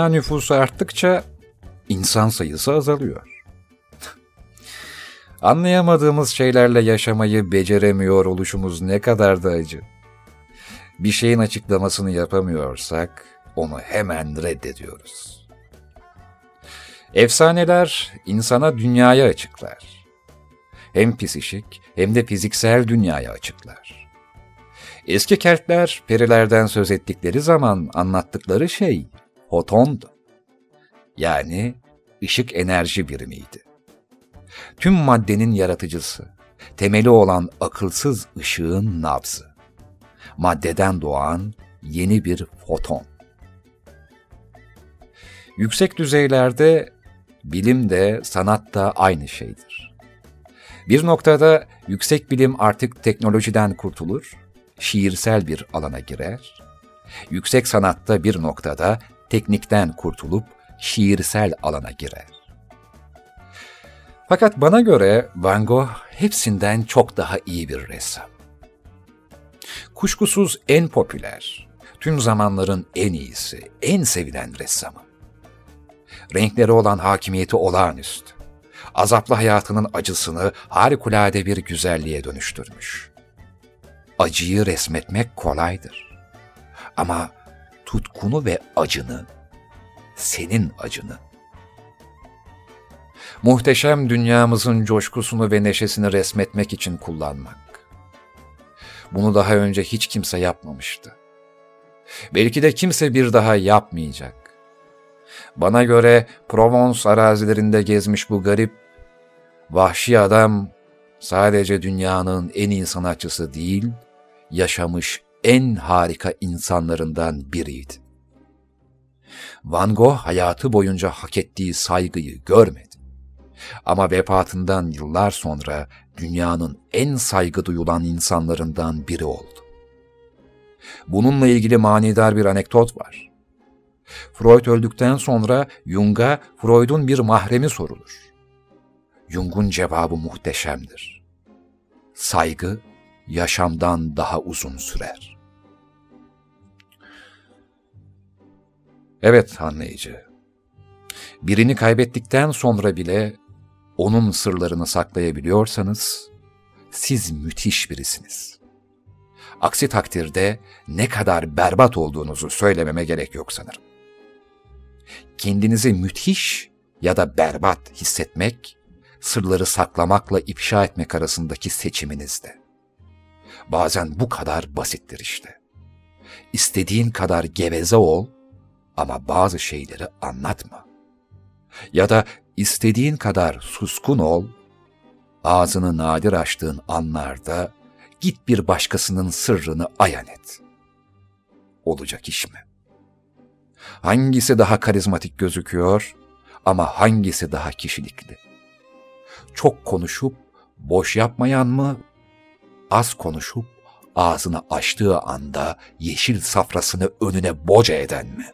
Dünya nüfusu arttıkça insan sayısı azalıyor. Anlayamadığımız şeylerle yaşamayı beceremiyor oluşumuz ne kadar da acı. Bir şeyin açıklamasını yapamıyorsak onu hemen reddediyoruz. Efsaneler insana dünyayı açıklar. Hem psikik hem de fiziksel dünyayı açıklar. Eski Keltler perilerden söz ettikleri zaman anlattıkları şey fotondu. Yani ışık enerji birimiydi. Tüm maddenin yaratıcısı, temeli olan akılsız ışığın nabzı. Maddeden doğan yeni bir foton. Yüksek düzeylerde bilim de sanat da aynı şeydir. Bir noktada yüksek bilim artık teknolojiden kurtulur, şiirsel bir alana girer. Yüksek sanatta bir noktada teknikten kurtulup şiirsel alana girer. Fakat bana göre Van Gogh hepsinden çok daha iyi bir ressam. Kuşkusuz en popüler, tüm zamanların en iyisi, en sevilen ressamı. Renkleri olan hakimiyeti olağanüstü. Azaplı hayatının acısını harikulade bir güzelliğe dönüştürmüş. Acıyı resmetmek kolaydır. Ama tutkunu ve acını, senin acını, muhteşem dünyamızın coşkusunu ve neşesini resmetmek için kullanmak. Bunu daha önce hiç kimse yapmamıştı. Belki de kimse bir daha yapmayacak. Bana göre Provence arazilerinde gezmiş bu garip, vahşi adam sadece dünyanın en iyi sanatçısı değil, yaşamış en harika insanlarından biriydi. Van Gogh hayatı boyunca hak ettiği saygıyı görmedi. Ama vefatından yıllar sonra dünyanın en saygı duyulan insanlarından biri oldu. Bununla ilgili manidar bir anekdot var. Freud öldükten sonra Jung'a Freud'un bir mahremi sorulur. Jung'un cevabı muhteşemdir. Saygı yaşamdan daha uzun sürer. Evet anlayıcı. Birini kaybettikten sonra bile onun sırlarını saklayabiliyorsanız siz müthiş birisiniz. Aksi takdirde ne kadar berbat olduğunuzu söylememe gerek yok sanırım. Kendinizi müthiş ya da berbat hissetmek, sırları saklamakla ifşa etmek arasındaki seçiminizde. Bazen bu kadar basittir işte. İstediğin kadar geveze ol ama bazı şeyleri anlatma. Ya da istediğin kadar suskun ol, ağzını nadir açtığın anlarda git bir başkasının sırrını ayan et. Olacak iş mi? Hangisi daha karizmatik gözüküyor ama hangisi daha kişilikli? Çok konuşup boş yapmayan mı? Az konuşup ağzını açtığı anda yeşil safrasını önüne boca eden mi?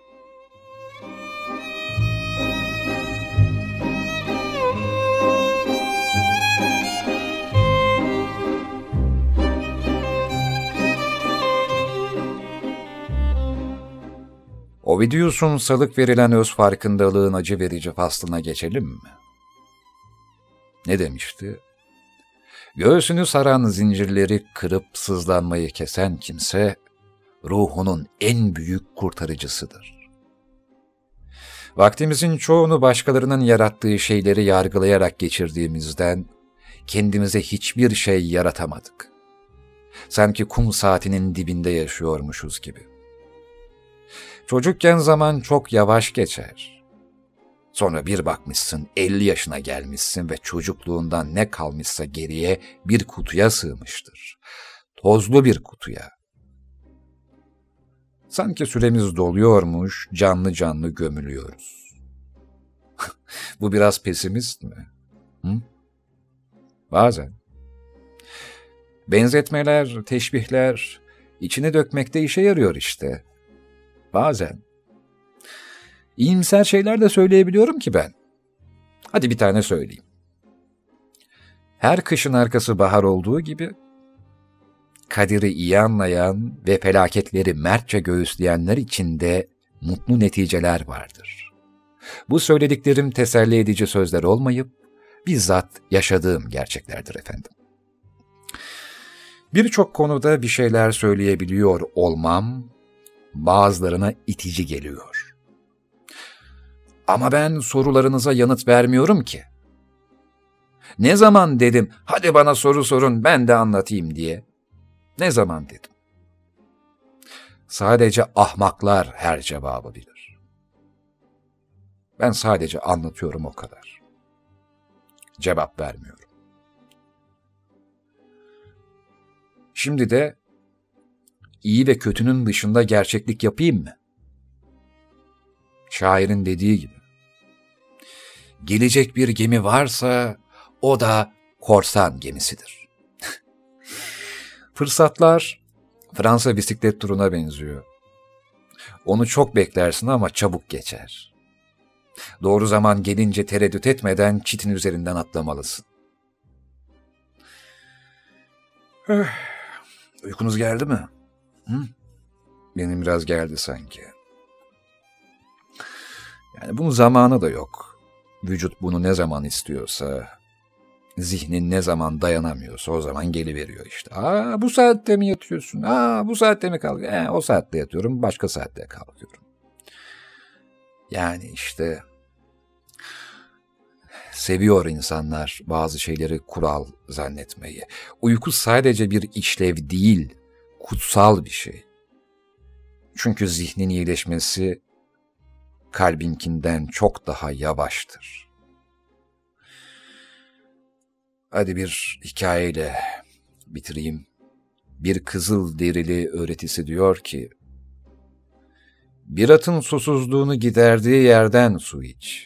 Ovidius'un salık verilen öz farkındalığın acı verici faslına geçelim mi? Ne demişti? Göğsünü saran zincirleri kırıp sızlanmayı kesen kimse, ruhunun en büyük kurtarıcısıdır. Vaktimizin çoğunu başkalarının yarattığı şeyleri yargılayarak geçirdiğimizden, kendimize hiçbir şey yaratamadık. Sanki kum saatinin dibinde yaşıyormuşuz gibi. Çocukken zaman çok yavaş geçer. Sonra bir bakmışsın 50 yaşına gelmişsin ve çocukluğundan ne kalmışsa geriye bir kutuya sığmıştır. Tozlu bir kutuya. Sanki süremiz doluyormuş, canlı canlı gömülüyoruz. Bu biraz pesimist mi? Hı? Bazen. Benzetmeler, teşbihler, içine dökmekte işe yarıyor işte. Bazen. İyimser şeyler de söyleyebiliyorum ki ben. Hadi bir tane söyleyeyim. Her kışın arkası bahar olduğu gibi, kaderi iyi anlayan ve felaketleri mertçe göğüsleyenler için de mutlu neticeler vardır. Bu söylediklerim teselli edici sözler olmayıp, bizzat yaşadığım gerçeklerdir efendim. Birçok konuda bir şeyler söyleyebiliyor olmam, bazılarına itici geliyor. Ama ben sorularınıza yanıt vermiyorum ki. Ne zaman dedim, hadi bana soru sorun ben de anlatayım diye? Ne zaman dedim? Sadece ahmaklar her cevabı bilir. Ben sadece anlatıyorum o kadar. Cevap vermiyorum. Şimdi de iyi ve kötünün dışında gerçeklik yapayım mı? Şairin dediği gibi. Gelecek bir gemi varsa o da korsan gemisidir. Fırsatlar Fransa bisiklet turuna benziyor. Onu çok beklersin ama çabuk geçer. Doğru zaman gelince tereddüt etmeden çitin üzerinden atlamalısın. Uykunuz geldi mi? Benim biraz geldi sanki. Yani bunun zamanı da yok. Vücut bunu ne zaman istiyorsa, zihnin ne zaman dayanamıyorsa o zaman geliveriyor işte. Bu saatte mi yatıyorsun? Bu saatte mi kalkıyorsun? O saatte yatıyorum, başka saatte kalkıyorum. Yani işte seviyor insanlar bazı şeyleri kural zannetmeyi. Uyku sadece bir işlev değil, kutsal bir şey. Çünkü zihnin iyileşmesi kalbinkinden çok daha yavaştır. Hadi bir hikayeyle bitireyim. Bir kızıl derili öğretisi diyor ki, bir atın susuzluğunu giderdiği yerden su iç.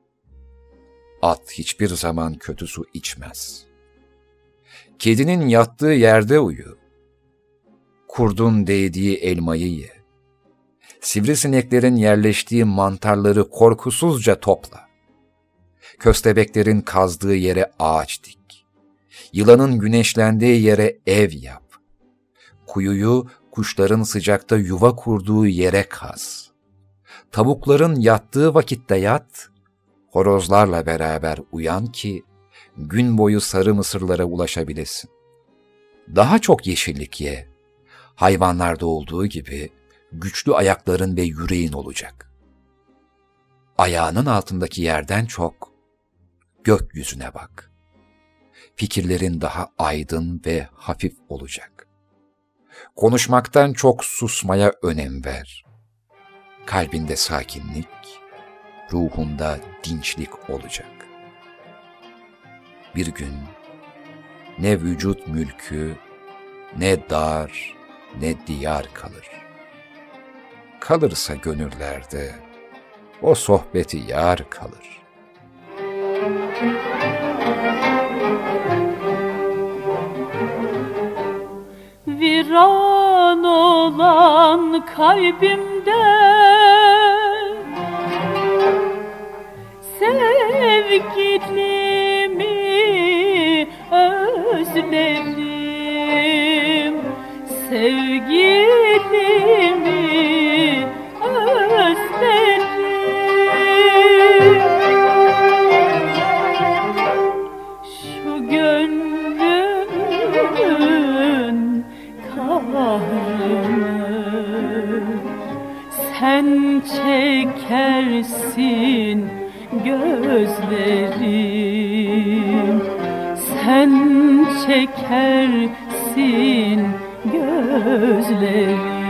At hiçbir zaman kötü su içmez. Kedinin yattığı yerde uyu. Kurdun değdiği elmayı ye. Sivrisineklerin yerleştiği mantarları korkusuzca topla. Köstebeklerin kazdığı yere ağaç dik. Yılanın güneşlendiği yere ev yap. Kuyuyu kuşların sıcakta yuva kurduğu yere kaz. Tavukların yattığı vakitte yat, horozlarla beraber uyan ki gün boyu sarı mısırlara ulaşabilesin. Daha çok yeşillik ye. Hayvanlarda olduğu gibi güçlü ayakların ve yüreğin olacak. Ayağının altındaki yerden çok gökyüzüne bak. Fikirlerin daha aydın ve hafif olacak. Konuşmaktan çok susmaya önem ver. Kalbinde sakinlik, ruhunda dinçlik olacak. Bir gün ne vücut mülkü, ne dar, ne diyar kalır. Kalırsa gönüllerde o sohbeti yar kalır. Viran olan kalbimde sevgilimi özlerim, sevgilimi özlerim. Şu gönlümün kahrını sen çekersin gözlerim, sen çekersin gözlerim.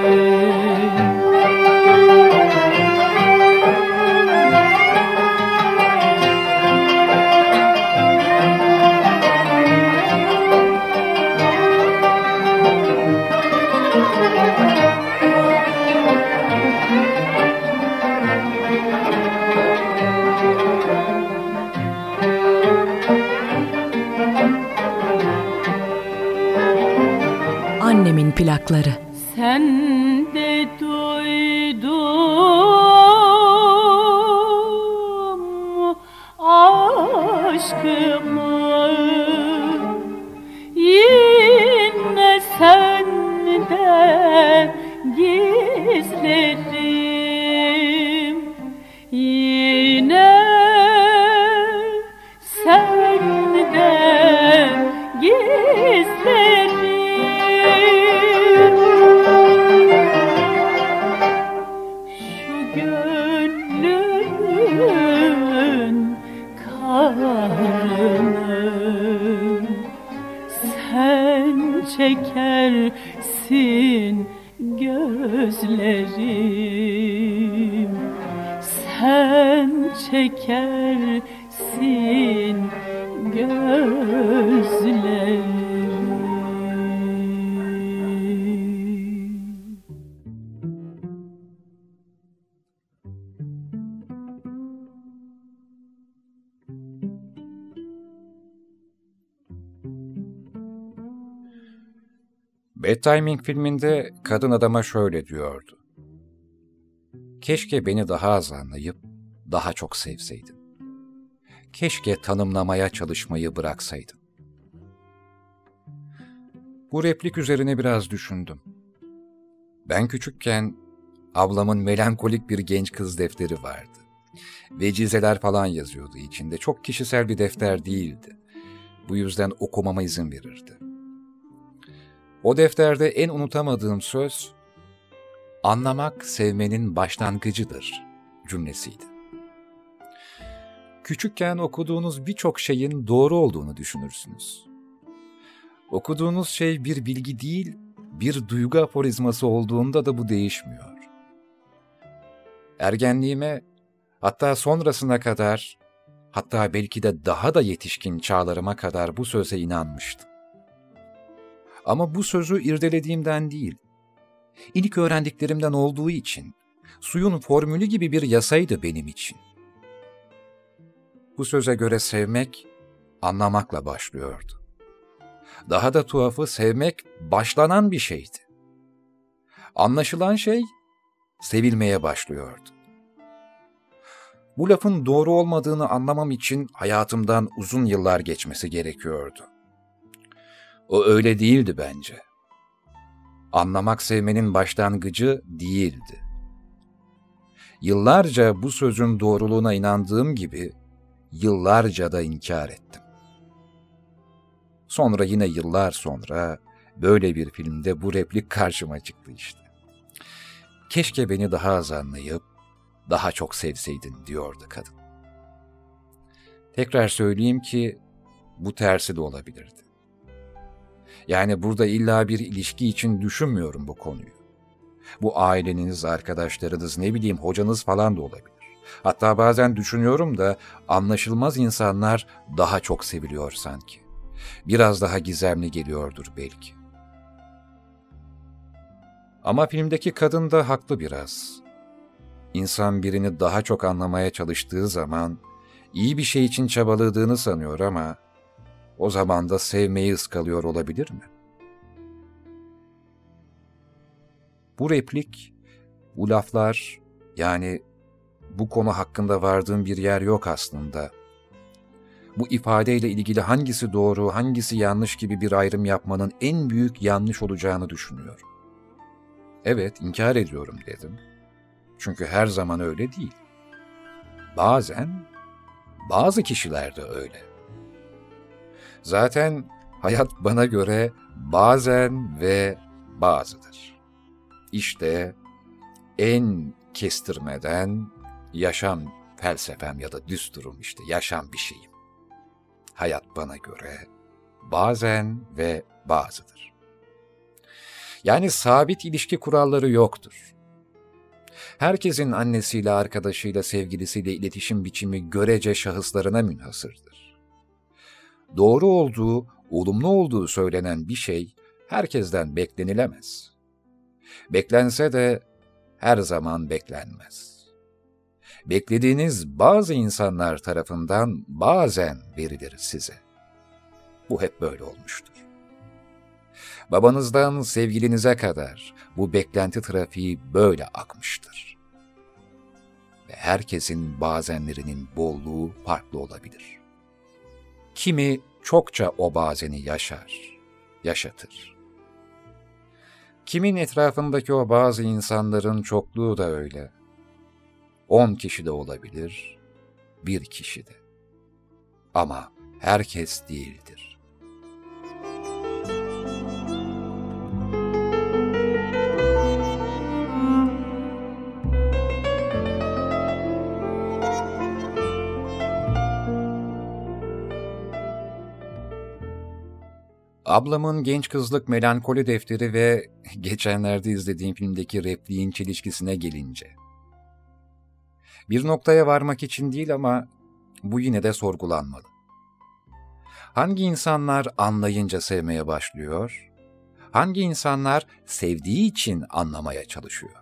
Annemin plakları. Sen de duydum aşkımı, yine sen de gizlerim. baharını sen çekersin gözlerim, sen çekersin gözlerim. Bad Timing filminde kadın adama şöyle diyordu: "Keşke beni daha az anlayıp daha çok sevseydin. Keşke tanımlamaya çalışmayı bıraksaydın." Bu replik üzerine biraz düşündüm. Ben küçükken ablamın melankolik bir genç kız defteri vardı. Vecizeler falan yazıyordu içinde. Çok kişisel bir defter değildi. Bu yüzden okumama izin verirdi. O defterde en unutamadığım söz, "Anlamak sevmenin başlangıcıdır" cümlesiydi. Küçükken okuduğunuz birçok şeyin doğru olduğunu düşünürsünüz. Okuduğunuz şey bir bilgi değil, bir duygu aforizması olduğunda da bu değişmiyor. Ergenliğime, hatta sonrasına kadar, hatta belki de daha da yetişkin çağlarıma kadar bu söze inanmıştım. Ama bu sözü irdelediğimden değil, ilk öğrendiklerimden olduğu için, suyun formülü gibi bir yasaydı benim için. Bu söze göre sevmek, anlamakla başlıyordu. Daha da tuhafı, sevmek başlanan bir şeydi. Anlaşılan şey, sevilmeye başlıyordu. Bu lafın doğru olmadığını anlamam için hayatımdan uzun yıllar geçmesi gerekiyordu. O öyle değildi bence. Anlamak sevmenin başlangıcı değildi. Yıllarca bu sözün doğruluğuna inandığım gibi, yıllarca da inkar ettim. Sonra yine yıllar sonra böyle bir filmde bu replik karşıma çıktı işte. "Keşke beni daha az anlayıp daha çok sevseydin" diyordu kadın. Tekrar söyleyeyim ki bu tersi de olabilirdi. Yani burada illa bir ilişki için düşünmüyorum bu konuyu. Bu aileniz, arkadaşlarınız, ne bileyim hocanız falan da olabilir. Hatta bazen düşünüyorum da anlaşılmaz insanlar daha çok seviliyor sanki. Biraz daha gizemli geliyordur belki. Ama filmdeki kadın da haklı biraz. İnsan birini daha çok anlamaya çalıştığı zaman iyi bir şey için çabaladığını sanıyor ama o zaman da sevmeyi ıskalıyor olabilir mi? Bu replik, bu laflar, yani bu konu hakkında vardığım bir yer yok aslında. Bu ifadeyle ilgili hangisi doğru, hangisi yanlış gibi bir ayrım yapmanın en büyük yanlış olacağını düşünüyorum. Evet, inkar ediyorum dedim. Çünkü her zaman öyle değil. Bazen, bazı kişiler de öyle. Zaten hayat bana göre bazen ve bazıdır. İşte en kestirmeden yaşam felsefem ya da düsturum, işte yaşam bir şeyim. Hayat bana göre bazen ve bazıdır. Yani sabit ilişki kuralları yoktur. Herkesin annesiyle, arkadaşıyla, sevgilisiyle iletişim biçimi görece şahıslarına münhasırdır. Doğru olduğu, olumlu olduğu söylenen bir şey herkesten beklenilemez. Beklense de her zaman beklenmez. Beklediğiniz bazı insanlar tarafından bazen verilir size. Bu hep böyle olmuştur. Babanızdan sevgilinize kadar bu beklenti trafiği böyle akmıştır. Ve herkesin bazenlerinin bolluğu farklı olabilir. Kimi çokça o bazeni yaşatır. Kimin etrafındaki o bazı insanların çokluğu da öyle. 10 kişi de olabilir, 1 kişi de. Ama herkes değildir. Ablamın genç kızlık melankoli defteri ve geçenlerde izlediğim filmdeki repliğin çelişkisine gelince. Bir noktaya varmak için değil ama bu yine de sorgulanmalı. Hangi insanlar anlayınca sevmeye başlıyor? Hangi insanlar sevdiği için anlamaya çalışıyor?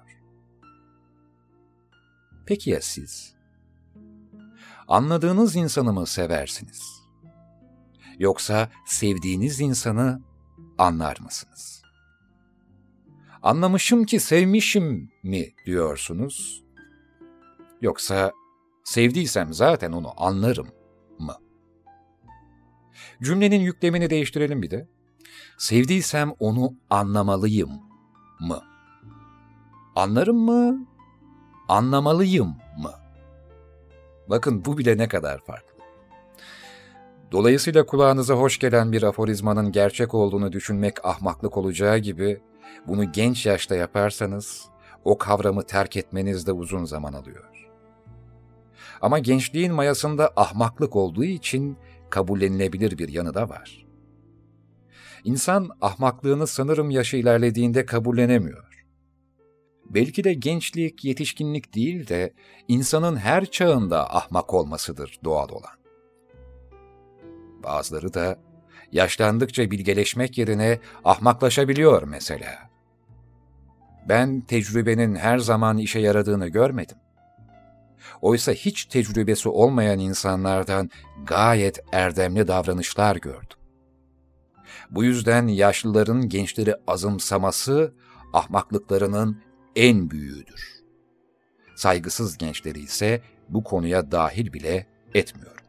Peki ya siz? Anladığınız insanı mı seversiniz? Yoksa sevdiğiniz insanı anlar mısınız? Anlamışım ki sevmişim mi diyorsunuz? Yoksa sevdiysem zaten onu anlarım mı? Cümlenin yüklemini değiştirelim bir de. Sevdiysem onu anlamalıyım mı? Anlarım mı? Anlamalıyım mı? Bakın bu bile ne kadar farklı. Dolayısıyla kulağınıza hoş gelen bir aforizmanın gerçek olduğunu düşünmek ahmaklık olacağı gibi, bunu genç yaşta yaparsanız o kavramı terk etmeniz de uzun zaman alıyor. Ama gençliğin mayasında ahmaklık olduğu için kabullenilebilir bir yanı da var. İnsan ahmaklığını sanırım yaşı ilerlediğinde kabullenemiyor. Belki de gençlik, yetişkinlik değil de insanın her çağında ahmak olmasıdır doğal olan. Bazıları da yaşlandıkça bilgeleşmek yerine ahmaklaşabiliyor mesela. Ben tecrübenin her zaman işe yaradığını görmedim. Oysa hiç tecrübesi olmayan insanlardan gayet erdemli davranışlar gördüm. Bu yüzden yaşlıların gençleri azımsaması ahmaklıklarının en büyüğüdür. Saygısız gençleri ise bu konuya dahil bile etmiyorum.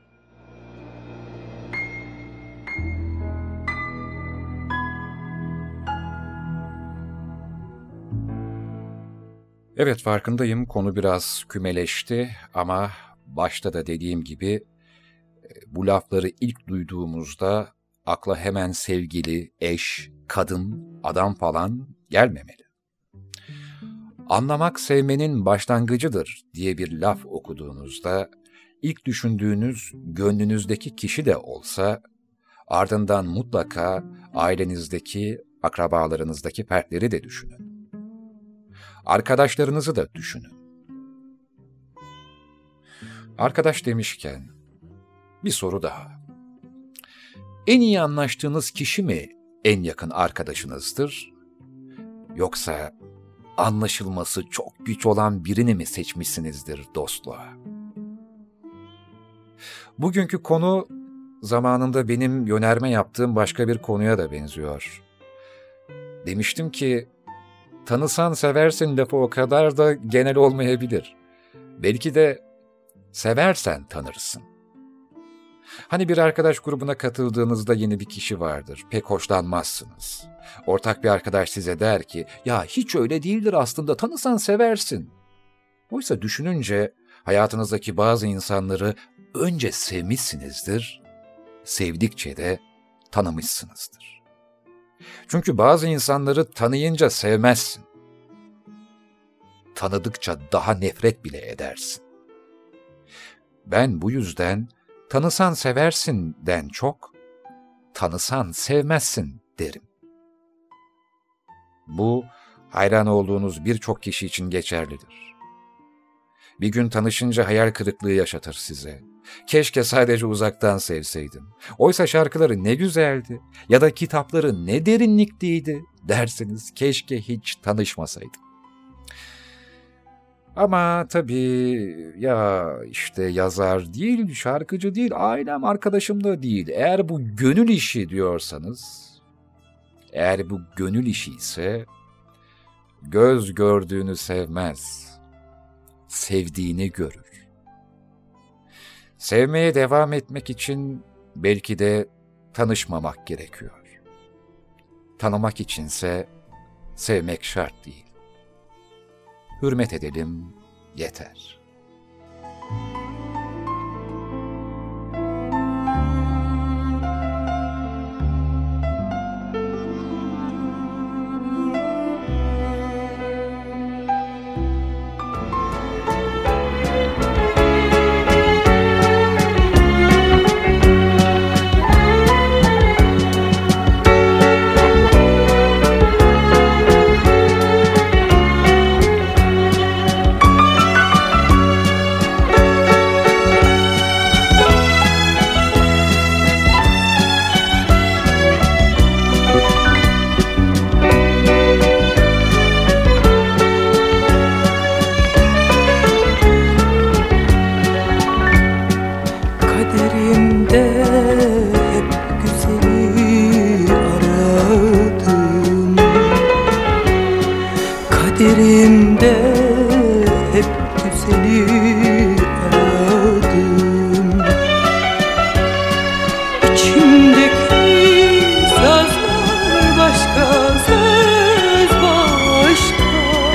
Evet, farkındayım, konu biraz kümeleşti ama başta da dediğim gibi bu lafları ilk duyduğumuzda akla hemen sevgili, eş, kadın, adam falan gelmemeli. Anlamak sevmenin başlangıcıdır diye bir laf okuduğunuzda ilk düşündüğünüz gönlünüzdeki kişi de olsa ardından mutlaka ailenizdeki, akrabalarınızdaki fertleri de düşünün. Arkadaşlarınızı da düşünün. Arkadaş demişken bir soru daha. En iyi anlaştığınız kişi mi en yakın arkadaşınızdır? Yoksa anlaşılması çok güç olan birini mi seçmişsinizdir dostluğa? Bugünkü konu zamanında benim yönerme yaptığım başka bir konuya da benziyor. Demiştim ki, tanısan seversin lafı o kadar da genel olmayabilir. Belki de seversen tanırsın. Hani bir arkadaş grubuna katıldığınızda yeni bir kişi vardır, pek hoşlanmazsınız. Ortak bir arkadaş size der ki, ya hiç öyle değildir aslında, tanısan seversin. Oysa düşününce hayatınızdaki bazı insanları önce sevmişsinizdir, sevdikçe de tanımışsınızdır. Çünkü bazı insanları tanıyınca sevmezsin. Tanıdıkça daha nefret bile edersin. Ben bu yüzden tanısan seversinden çok, tanısan sevmezsin derim. Bu, hayran olduğunuz birçok kişi için geçerlidir. Bir gün tanışınca hayal kırıklığı yaşatır size. Keşke sadece uzaktan sevseydim. Oysa şarkıları ne güzeldi ya da kitapları ne derinlikliydi dersiniz, keşke hiç tanışmasaydım. Ama tabii ya işte yazar değil, şarkıcı değil, ailem, arkadaşım da değil. Eğer bu gönül işi diyorsanız, eğer bu gönül işi ise göz gördüğünü sevmez, sevdiğini görür. Sevmeye devam etmek için belki de tanışmamak gerekiyor. Tanımak içinse sevmek şart değil. Hürmet edelim, yeter. Kaderimde hep güzeli aradım. Kaderimde hep güzeli aradım. İçimdeki sazlar başka, söz başka.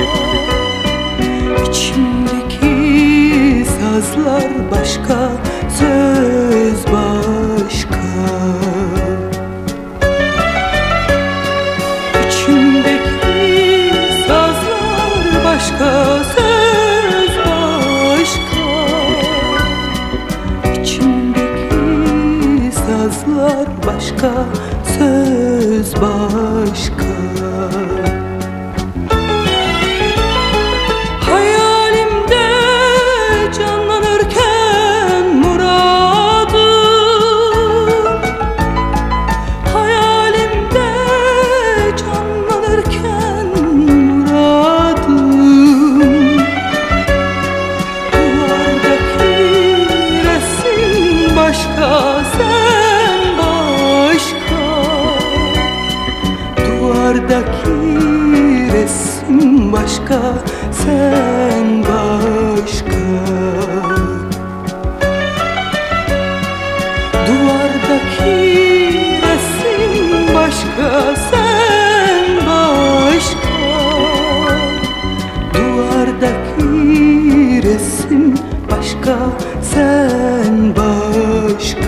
İçimdeki sazlar başka, söz başka. İçimdeki sazlar başka, söz başka. İçimdeki sazlar başka, söz başka. Hayalimde canlanırken muradım, hayalimde canlanırken muradım. Duvardaki resim başka, sen başka. Duvardaki resim başka, sen başka. Duvardaki resim başka, sen başka. Duvardaki resim başka, sen başka.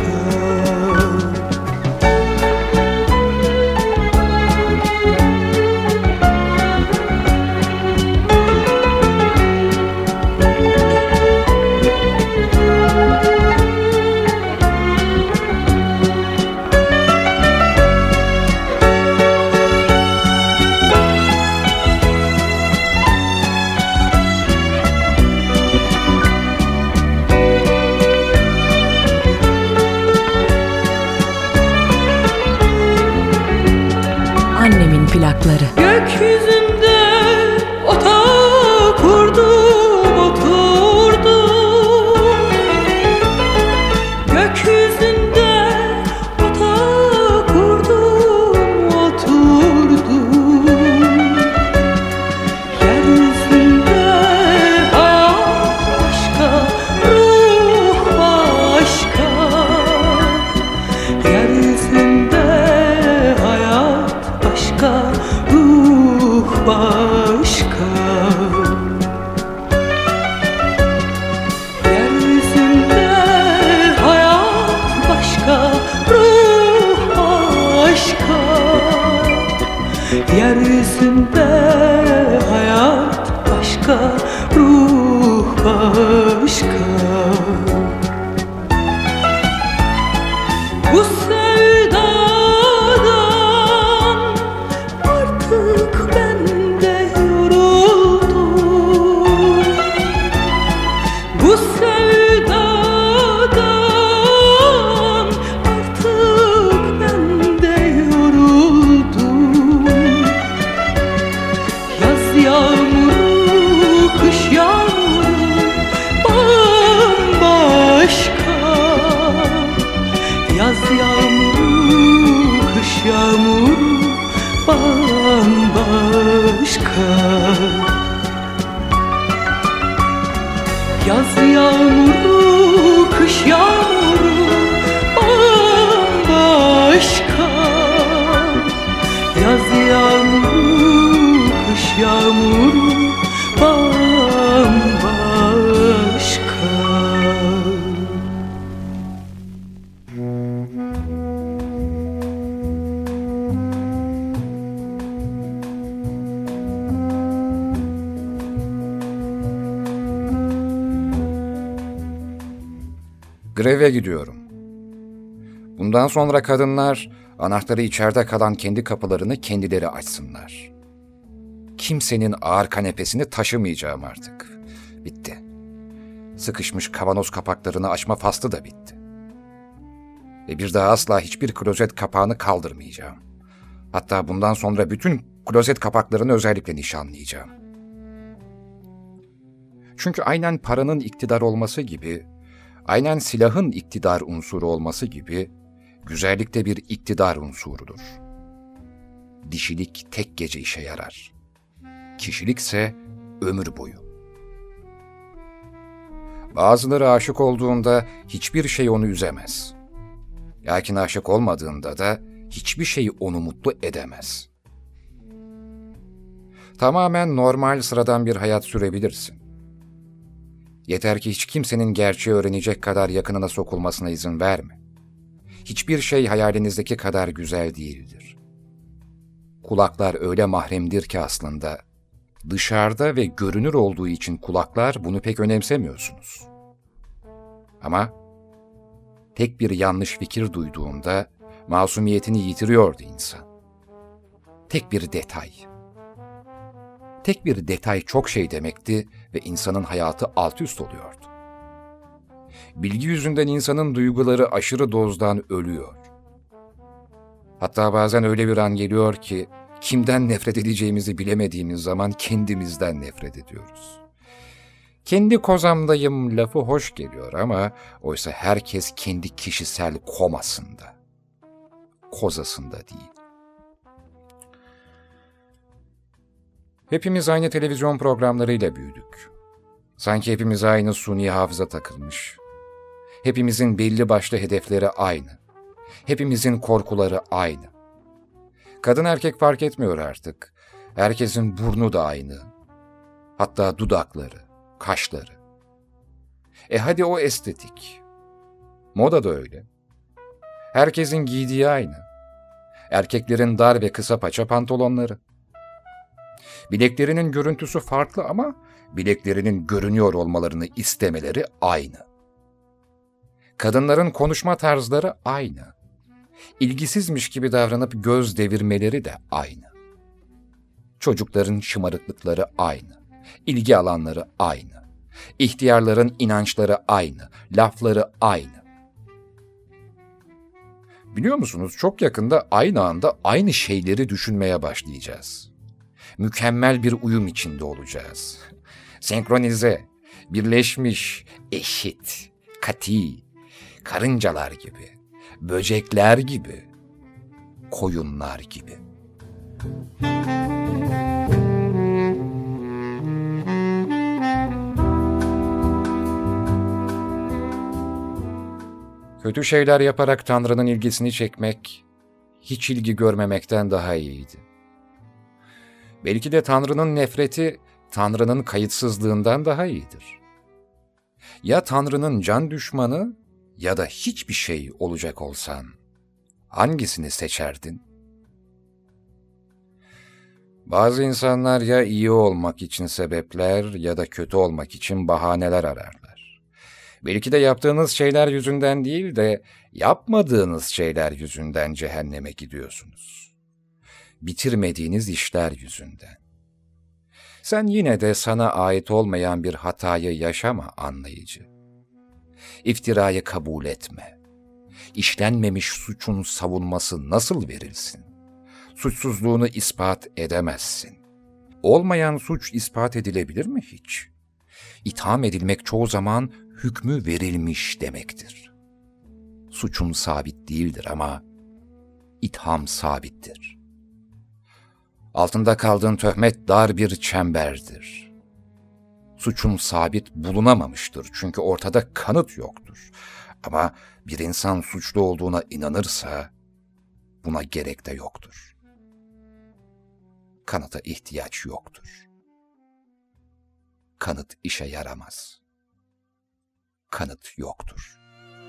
Annemin plakları. Gökyüzünde ota kurdum, oturdum. Gökyüzünde ota kurdum, oturdum. Yeryüzünde hayat başka, ruh başka. Yeryüzünde hayat başka, ruh başka. Yeryüzünde hayat başka, ruh başka. Yeryüzünde hayat başka, ruh başka. Bu sevdadan artık ben de yoruldum. Bu sevdadan artık ben de yoruldum. Yaz yağmuru, kış yağmuru bambaşka. Yaz yağmuru, kış yağmuru bambaşka. Yaz yağmuru, kış yağmuru bambaşka. Yaz yağmuru, kış yağmuru bambaşka. Greve gidiyorum. Bundan sonra kadınlar anahtarı içeride kalan kendi kapılarını kendileri açsınlar. Kimsenin ağır kanepesini taşımayacağım artık. Bitti. Sıkışmış kavanoz kapaklarını açma faslı da bitti. Ve bir daha asla hiçbir klozet kapağını kaldırmayacağım. Hatta bundan sonra bütün klozet kapaklarını özellikle nişanlayacağım. Çünkü aynen paranın iktidar olması gibi Aynen silahın iktidar unsuru olması gibi, güzellik de bir iktidar unsurudur. Dişilik tek gece işe yarar. Kişilikse ömür boyu. Bazıları aşık olduğunda hiçbir şey onu üzemez. Lakin aşık olmadığında da hiçbir şey onu mutlu edemez. Tamamen normal, sıradan bir hayat sürebilirsin. Yeter ki hiç kimsenin gerçeği öğrenecek kadar yakınına sokulmasına izin verme. Hiçbir şey hayalinizdeki kadar güzel değildir. Kulaklar öyle mahremdir ki aslında, dışarıda ve görünür olduğu için kulaklar bunu pek önemsemiyorsunuz. Ama tek bir yanlış fikir duyduğunda masumiyetini yitiriyordu insan. Tek bir detay. Tek bir detay çok şey demekti ve insanın hayatı alt üst oluyordu. Bilgi yüzünden insanın duyguları aşırı dozdan ölüyor. Hatta bazen öyle bir an geliyor ki, kimden nefret edeceğimizi bilemediğimiz zaman kendimizden nefret ediyoruz. Kendi kozamdayım lafı hoş geliyor ama oysa herkes kendi kişisel komasında, kozasında değil. Hepimiz aynı televizyon programlarıyla büyüdük. Sanki hepimiz aynı suni hafıza takılmış. Hepimizin belli başlı hedefleri aynı. Hepimizin korkuları aynı. Kadın erkek fark etmiyor artık. Herkesin burnu da aynı. Hatta dudakları, kaşları. Hadi o estetik. Moda da öyle. Herkesin giydiği aynı. Erkeklerin dar ve kısa paça pantolonları. Bileklerinin görüntüsü farklı ama bileklerinin görünüyor olmalarını istemeleri aynı. Kadınların konuşma tarzları aynı. İlgisizmiş gibi davranıp göz devirmeleri de aynı. Çocukların şımarıklıkları aynı. İlgi alanları aynı. İhtiyarların inançları aynı. Lafları aynı. Biliyor musunuz, çok yakında aynı anda aynı şeyleri düşünmeye başlayacağız. Mükemmel bir uyum içinde olacağız. Senkronize, birleşmiş, eşit, kati, karıncalar gibi, böcekler gibi, koyunlar gibi. Kötü şeyler yaparak Tanrı'nın ilgisini çekmek, hiç ilgi görmemekten daha iyiydi. Belki de Tanrı'nın nefreti, Tanrı'nın kayıtsızlığından daha iyidir. Ya Tanrı'nın can düşmanı ya da hiçbir şey olacak olsan, hangisini seçerdin? Bazı insanlar ya iyi olmak için sebepler ya da kötü olmak için bahaneler ararlar. Belki de yaptığınız şeyler yüzünden değil de yapmadığınız şeyler yüzünden cehenneme gidiyorsunuz. Bitirmediğiniz işler yüzünden. Sen yine de sana ait olmayan bir hatayı yaşama anlayıcı. İftirayı kabul etme. İşlenmemiş suçun savunması nasıl verilsin? Suçsuzluğunu ispat edemezsin. Olmayan suç ispat edilebilir mi hiç? İtham edilmek çoğu zaman hükmü verilmiş demektir. Suçun sabit değildir ama itham sabittir. Altında kaldığın töhmet dar bir çemberdir. Suçun sabit bulunamamıştır çünkü ortada kanıt yoktur. Ama bir insan suçlu olduğuna inanırsa buna gerek de yoktur. Kanıta ihtiyaç yoktur. Kanıt işe yaramaz. Kanıt yoktur.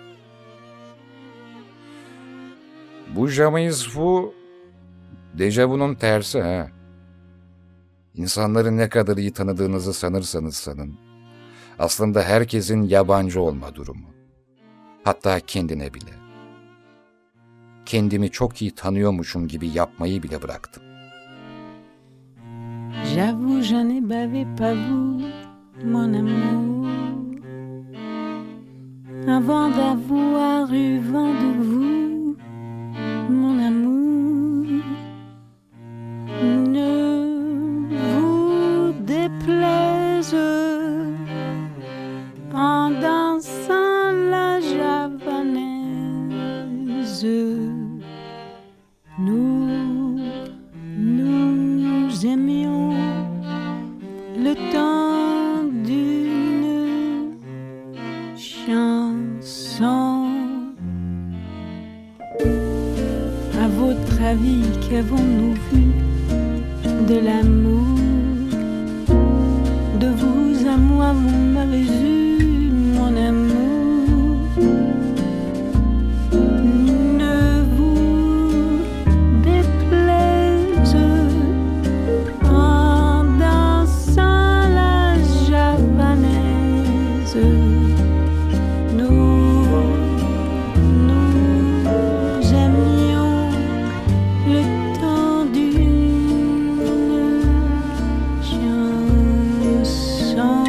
Bu jamais vu, dejavu'nun tersi ha. İnsanları ne kadar iyi tanıdığınızı sanırsanız sanın, aslında herkesin yabancı olma durumu. Hatta kendine bile. Kendimi çok iyi tanıyormuşum gibi yapmayı bile bıraktım. J'avoue, j'en ai bavé pas vous, mon amour. Avant d'avoir eu vent de vous, mon amour. Ne vous déplaise en dansant la votre avis, qu'avons-nous vu de l'amour? De vous à moi, vous m'avez eu, mon amour. Ne vous déplaise en dansant la javanaise. Nous aimions le temps d'une chanson.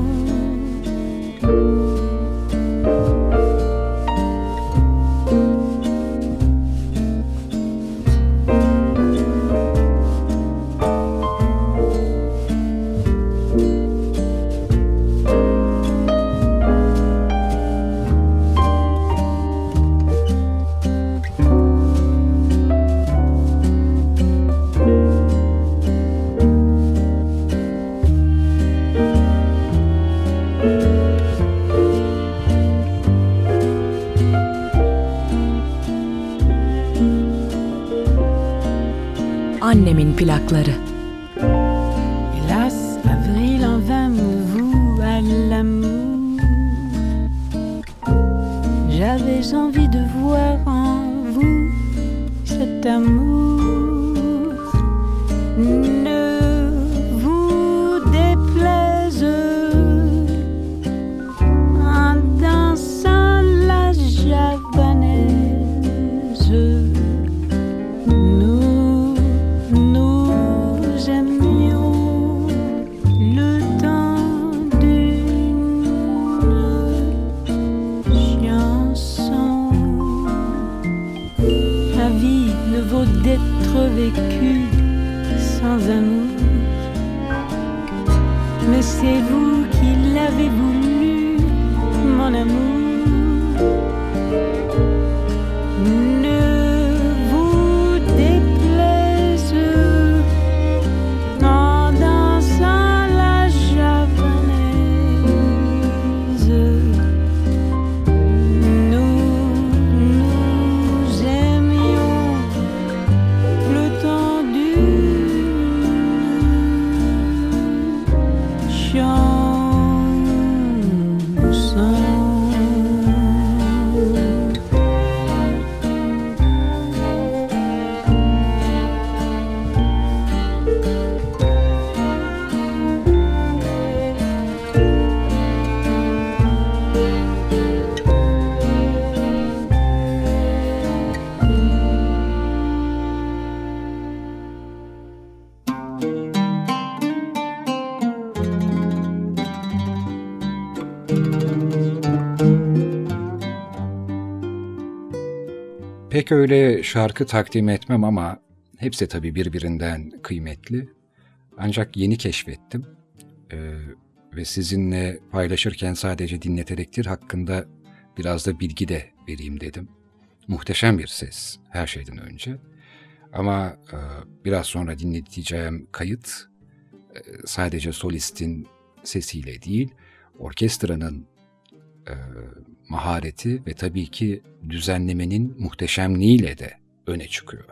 Annemin plakları. Hélas, avril en vain me voue à l'amour. J'avais envie de voir en vous cet amour. Ne vous déplaise en dansant la javanaise. Nous aimions le temps d'une chanson. La vie ne vaut d'être vécue sans amour. Mais c'est vous qui l'avez voulu, mon amour. Ne vous déplaise en dansant la javanaise. Nous aimions le temps d'une chanson. Pek öyle şarkı takdim etmem ama hepsi tabii birbirinden kıymetli. Ancak yeni keşfettim ve sizinle paylaşırken sadece dinleterektir hakkında biraz da bilgi de vereyim dedim. Muhteşem bir ses her şeyden önce. Ama biraz sonra dinleteceğim kayıt sadece solistin sesiyle değil, orkestranın mahareti ve tabii ki düzenlemenin muhteşemliğiyle de öne çıkıyor.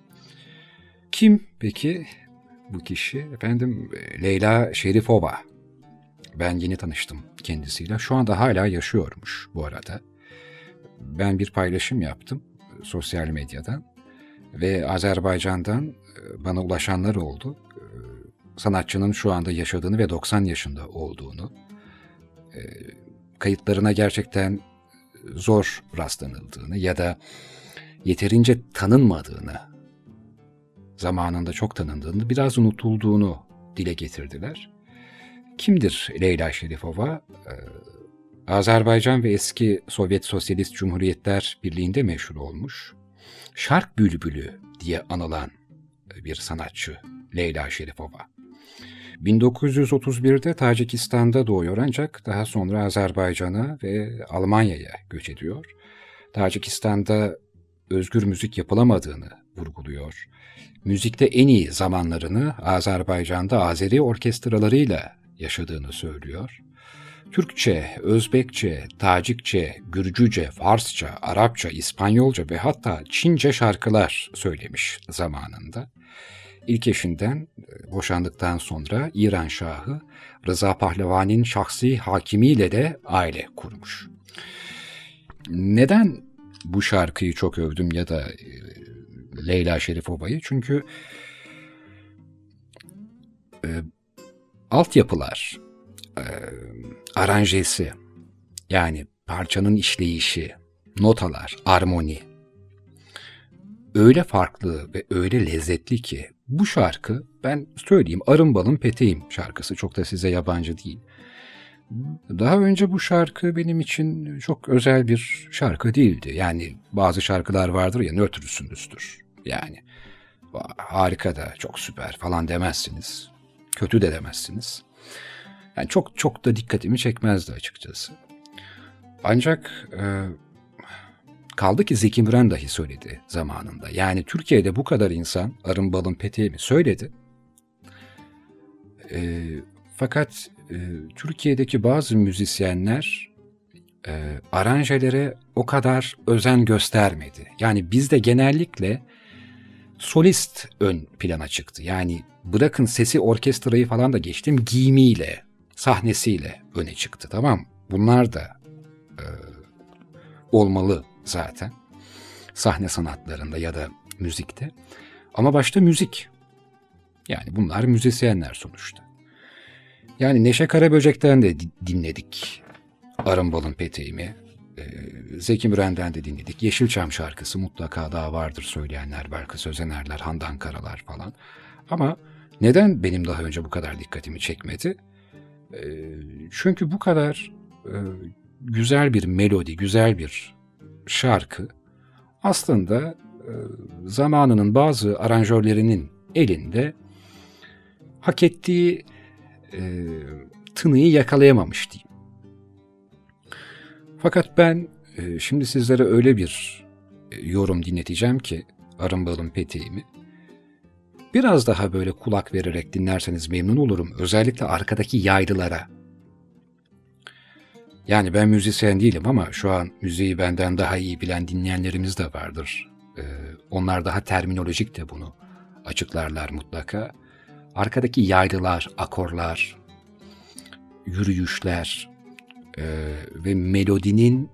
Kim peki bu kişi? Efendim Leyla Şerifova. Ben yeni tanıştım kendisiyle. Şu anda hala yaşıyormuş bu arada. Ben bir paylaşım yaptım sosyal medyadan ve Azerbaycan'dan bana ulaşanlar oldu. Sanatçının şu anda yaşadığını ve 90 yaşında olduğunu, kayıtlarına gerçekten zor rastlanıldığını ya da yeterince tanınmadığını, zamanında çok tanındığını, biraz unutulduğunu dile getirdiler. Kimdir Leyla Şerifova? Azerbaycan ve eski Sovyet Sosyalist Cumhuriyetler Birliği'nde meşhur olmuş, şark bülbülü diye anılan bir sanatçı Leyla Şerifova. 1931'de Tacikistan'da doğuyor ancak daha sonra Azerbaycan'a ve Almanya'ya göç ediyor. Tacikistan'da özgür müzik yapılamadığını vurguluyor. Müzikte en iyi zamanlarını Azerbaycan'da Azeri orkestralarıyla yaşadığını söylüyor. Türkçe, Özbekçe, Tacikçe, Gürcüce, Farsça, Arapça, İspanyolca ve hatta Çince şarkılar söylemiş zamanında. İlk eşinden boşandıktan sonra İran Şahı Rıza Pahlavani'nin şahsi hakimiyle de aile kurmuş. Neden bu şarkıyı çok övdüm ya da Leyla Şerifova'yı? Çünkü altyapılar, aranjesi, yani parçanın işleyişi, notalar, armoni öyle farklı ve öyle lezzetli ki bu şarkı, ben söyleyeyim, Arım Balım Peteğim şarkısı, çok da size yabancı değil. Daha önce bu şarkı benim için çok özel bir şarkı değildi. Yani bazı şarkılar vardır ya, nötrüsünüzdür. Yani harika da, çok süper falan demezsiniz. Kötü de demezsiniz. Yani çok da dikkatimi çekmezdi açıkçası. Ancak kaldı ki Zeki Müren dahi söyledi zamanında. Yani Türkiye'de bu kadar insan Arım Balım Peteğimi söyledi. Fakat Türkiye'deki bazı müzisyenler aranjelere o kadar özen göstermedi. Yani bizde genellikle solist ön plana çıktı. Yani bırakın sesi, orkestrayı falan da geçtim, giyimiyle, sahnesiyle öne çıktı, tamam. Bunlar da olmalı zaten sahne sanatlarında ya da müzikte. Ama başta müzik. Yani bunlar müzisyenler sonuçta. Yani Neşe Karaböcek'ten de dinledik Arım Balım Peteğimi. Zeki Müren'den de dinledik. Yeşilçam şarkısı mutlaka daha vardır söyleyenler. Belki Sözenerler, Handan Karalar falan. Ama neden benim daha önce bu kadar dikkatimi çekmedi? Çünkü bu kadar güzel bir melodi, güzel bir şarkı aslında zamanının bazı aranjörlerinin elinde hak ettiği tınıyı yakalayamamış diyeyim. Fakat ben şimdi sizlere öyle bir yorum dinleteceğim ki Arım Balım Peteğimi. Biraz daha böyle kulak vererek dinlerseniz memnun olurum. Özellikle arkadaki yaylılara. Yani ben müzisyen değilim ama şu an müziği benden daha iyi bilen dinleyenlerimiz de vardır. Onlar daha terminolojik de bunu açıklarlar mutlaka. Arkadaki yaylılar, akorlar, yürüyüşler ve melodinin,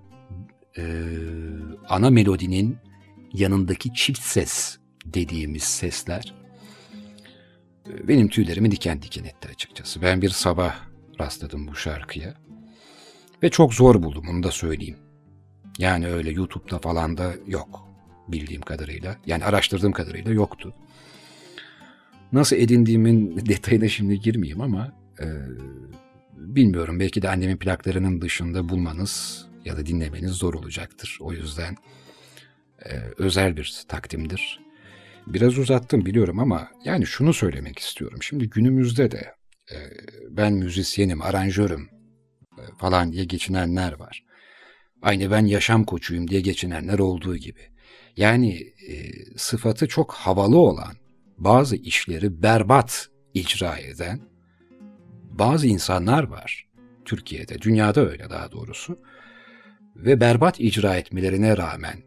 ana melodinin yanındaki çift ses dediğimiz sesler benim tüylerimi diken diken etti açıkçası. Ben bir sabah rastladım bu şarkıya ve çok zor buldum, onu da söyleyeyim. Yani öyle YouTube'da falan da yok bildiğim kadarıyla. Yani araştırdığım kadarıyla yoktu. Nasıl edindiğimin detayına şimdi girmeyeyim ama bilmiyorum, belki de annemin plaklarının dışında bulmanız ya da dinlemeniz zor olacaktır. O yüzden özel bir takdimdir. Biraz uzattım biliyorum ama yani şunu söylemek istiyorum. Şimdi günümüzde de ben müzisyenim, aranjörüm falan diye geçinenler var. Aynı ben yaşam koçuyum diye geçinenler olduğu gibi. Yani sıfatı çok havalı olan, bazı işleri berbat icra eden bazı insanlar var Türkiye'de, dünyada öyle daha doğrusu. Ve berbat icra etmelerine rağmen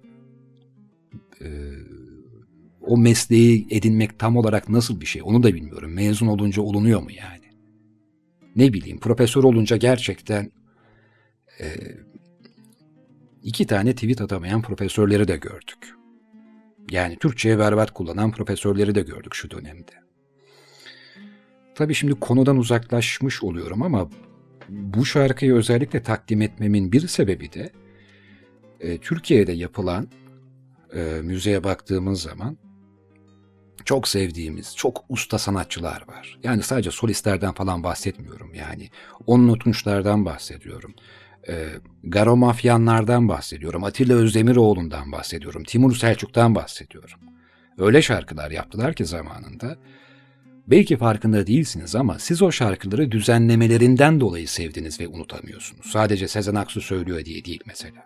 o mesleği edinmek tam olarak nasıl bir şey onu da bilmiyorum. Mezun olunca olunuyor mu yani? Ne bileyim, profesör olunca gerçekten 2 tane tweet atamayan profesörleri de gördük. Yani Türkçe'ye berbat kullanan profesörleri de gördük şu dönemde. Tabii şimdi konudan uzaklaşmış oluyorum ama bu şarkıyı özellikle takdim etmemin bir sebebi de Türkiye'de yapılan müziğe baktığımız zaman çok sevdiğimiz, çok usta sanatçılar var. Yani sadece solistlerden falan bahsetmiyorum. Yani Onno Tunçlar'dan bahsediyorum. Garo Mafyanlar'dan bahsediyorum. Atilla Özdemiroğlu'ndan bahsediyorum. Timur Selçuk'tan bahsediyorum. Öyle şarkılar yaptılar ki zamanında. Belki farkında değilsiniz ama siz o şarkıları düzenlemelerinden dolayı sevdiniz ve unutamıyorsunuz. Sadece Sezen Aksu söylüyor diye değil mesela.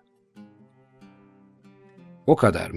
O kadar.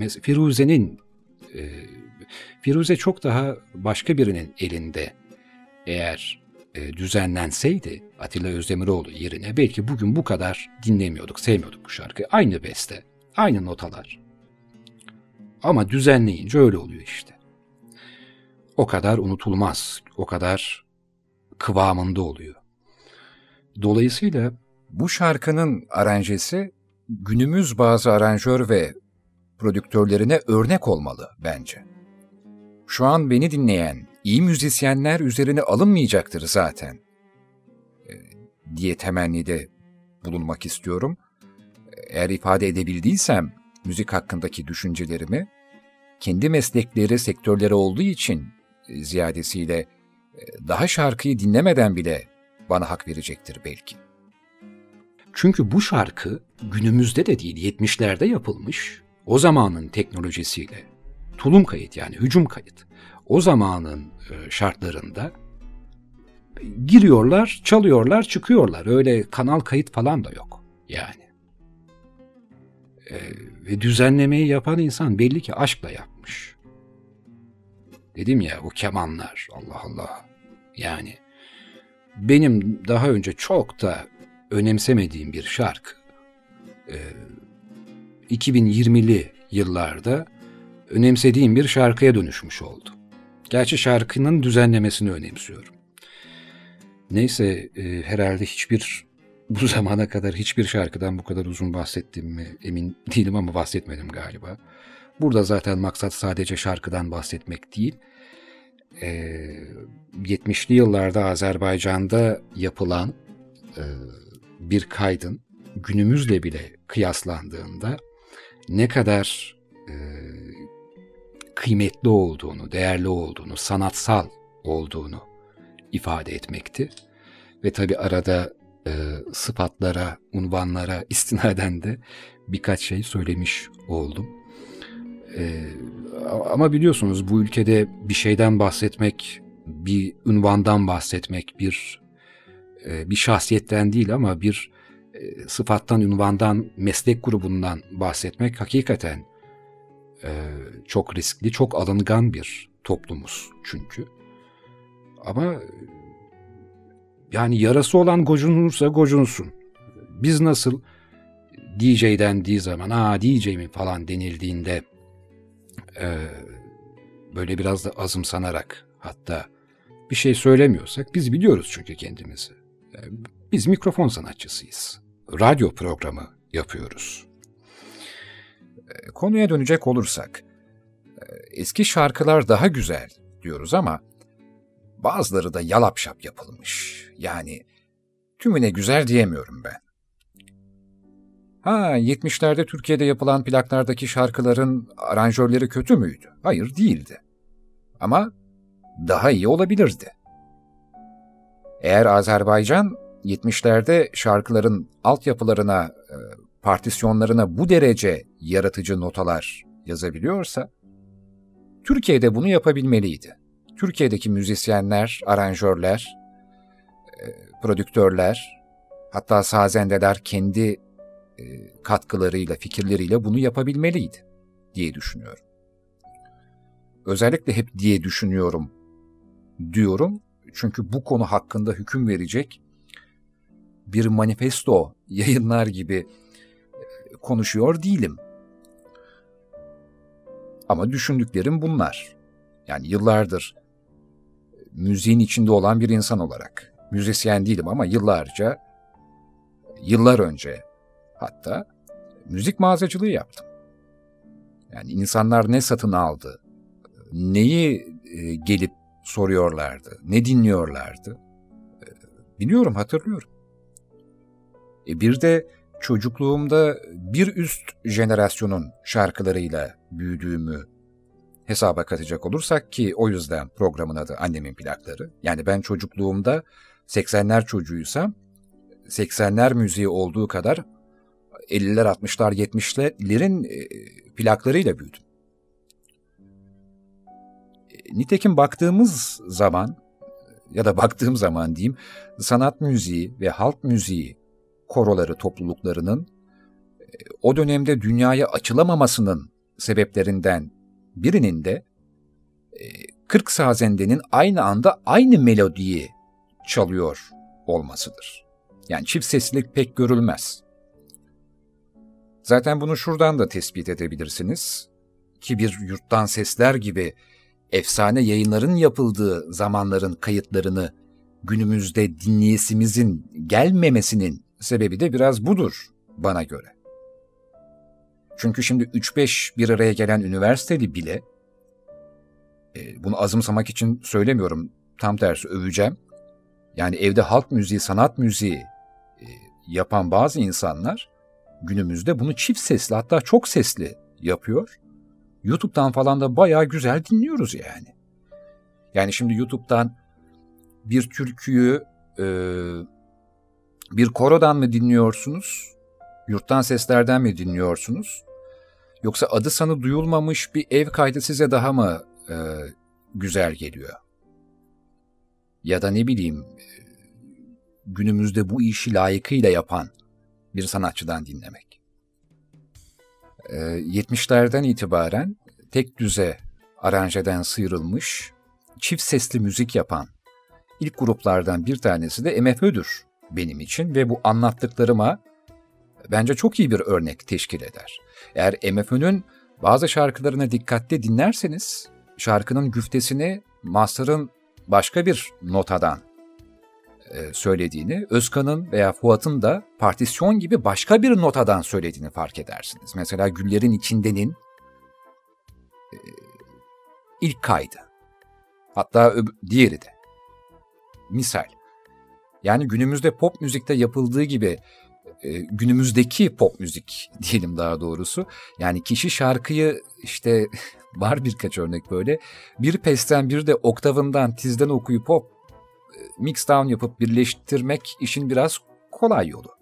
Firuze çok daha başka birinin elinde eğer düzenlenseydi Atilla Özdemiroğlu yerine belki bugün bu kadar dinlemiyorduk, sevmiyorduk bu şarkıyı. Aynı beste, aynı notalar. Ama düzenleyince öyle oluyor işte. O kadar unutulmaz, o kadar kıvamında oluyor. Dolayısıyla Bu şarkının aranjesi günümüz bazı aranjör ve prodüktörlerine örnek olmalı bence. Şu an beni dinleyen iyi müzisyenler üzerine alınmayacaktır zaten diye temennide bulunmak istiyorum. Eğer ifade edebildiysem müzik hakkındaki düşüncelerimi, kendi meslekleri, sektörleri olduğu için ziyadesiyle daha şarkıyı dinlemeden bile bana hak verecektir belki. çünkü bu şarkı günümüzde de değil 70'lerde yapılmış. O zamanın teknolojisiyle tulum kayıt yani hücum kayıt. O zamanın şartlarında giriyorlar, çalıyorlar, çıkıyorlar. Öyle kanal kayıt falan da yok yani. Ve düzenlemeyi yapan insan belli ki aşkla yapmış. Dedim ya, o kemanlar, Allah Allah. Yani benim daha önce çok da önemsemediğim bir şarkı 2020'li yıllarda önemsediğim bir şarkıya dönüşmüş oldu. Gerçi şarkının düzenlemesini önemsiyorum. Neyse, herhalde bu zamana kadar hiçbir şarkıdan bu kadar uzun bahsettim mi emin değilim ama bahsetmedim galiba. Burada zaten maksat sadece şarkıdan bahsetmek değil. 70'li yıllarda Azerbaycan'da yapılan bir kaydın günümüzle bile kıyaslandığında ne kadar kıymetli olduğunu, değerli olduğunu, sanatsal olduğunu ifade etmekti. Ve tabii arada sıfatlara, unvanlara istinaden de birkaç şey söylemiş oldum. Ama biliyorsunuz bu ülkede bir şeyden bahsetmek, bir unvandan bahsetmek, bir şahsiyetten değil ama bir sıfattan, unvandan, meslek grubundan bahsetmek hakikaten çok riskli, çok alıngan bir toplumuz çünkü. Ama yani yarası olan gocunursa gocunsun. Biz nasıl DJ dendiği zaman, DJ mi falan denildiğinde böyle biraz da azımsanarak, hatta bir şey söylemiyorsak biz biliyoruz çünkü kendimizi. Biz mikrofon sanatçısıyız. Radyo programı yapıyoruz. Konuya dönecek olursak, eski şarkılar daha güzel diyoruz ama bazıları da yalapşap yapılmış. Yani tümüne güzel diyemiyorum ben. 70'lerde Türkiye'de yapılan plaklardaki şarkıların aranjörleri kötü müydü? Hayır, değildi. Ama daha iyi olabilirdi. Eğer Azerbaycan 70'lerde şarkıların altyapılarına, partisyonlarına bu derece yaratıcı notalar yazabiliyorsa, Türkiye'de bunu yapabilmeliydi. Türkiye'deki müzisyenler, aranjörler, prodüktörler, hatta sazendeler kendi katkılarıyla, fikirleriyle bunu yapabilmeliydi diye düşünüyorum. Özellikle hep diye düşünüyorum diyorum çünkü bu konu hakkında hüküm verecek bir manifesto yayınlar gibi konuşuyor değilim. Ama düşündüklerim bunlar. Yani yıllardır müziğin içinde olan bir insan olarak, müzisyen değilim ama yıllar önce hatta müzik mağazacılığı yaptım. Yani insanlar ne satın aldı, neyi gelip soruyorlardı, ne dinliyorlardı. Biliyorum, hatırlıyorum. Bir de çocukluğumda bir üst jenerasyonun şarkılarıyla büyüdüğümü hesaba katacak olursak, ki o yüzden programın adı Annemin Plakları. Yani ben çocukluğumda 80'ler çocuğuysam 80'ler müziği olduğu kadar 50'ler, 60'lar, 70'lerin plaklarıyla büyüdüm. Nitekim baktığım zaman diyeyim, sanat müziği ve halk müziği koroları, topluluklarının o dönemde dünyaya açılamamasının sebeplerinden birinin de 40 sazendenin aynı anda aynı melodiyi çalıyor olmasıdır. Yani çift seslilik pek görülmez. Zaten bunu şuradan da tespit edebilirsiniz ki bir Yurttan Sesler gibi efsane yayınların yapıldığı zamanların kayıtlarını günümüzde dinleyesimizin gelmemesinin sebebi de biraz budur bana göre. Çünkü şimdi 3-5 bir araya gelen üniversiteli bile, bunu azımsamak için söylemiyorum, tam tersi öveceğim. Yani evde halk müziği, sanat müziği yapan bazı insanlar günümüzde bunu çift sesli, hatta çok sesli yapıyor. YouTube'dan falan da bayağı güzel dinliyoruz yani. Yani şimdi YouTube'dan bir türküyü bir korodan mı dinliyorsunuz, Yurttan Sesler'den mi dinliyorsunuz? Yoksa adı sanı duyulmamış bir ev kaydı size daha mı güzel geliyor? Ya da ne bileyim, günümüzde bu işi layıkıyla yapan bir sanatçıdan dinlemek. 70'lerden itibaren tek düze aranjeden sıyrılmış, çift sesli müzik yapan ilk gruplardan bir tanesi de MFÖ'dür benim için ve bu anlattıklarıma bence çok iyi bir örnek teşkil eder. Eğer MFÖ'nün bazı şarkılarını dikkatli dinlerseniz, şarkının güftesini Mazhar'ın başka bir notadan söylediğini, Özkan'ın veya Fuat'ın da partisyon gibi başka bir notadan söylediğini fark edersiniz. Mesela Güllerin İçinde'nin ilk kaydı. Hatta diğeri de. Misal. Yani günümüzde pop müzikte yapıldığı gibi, günümüzdeki pop müzik diyelim daha doğrusu. Yani kişi şarkıyı işte var birkaç örnek böyle. Bir pesten bir de oktavından tizden okuyup hop mix down yapıp birleştirmek işin biraz kolay yolu.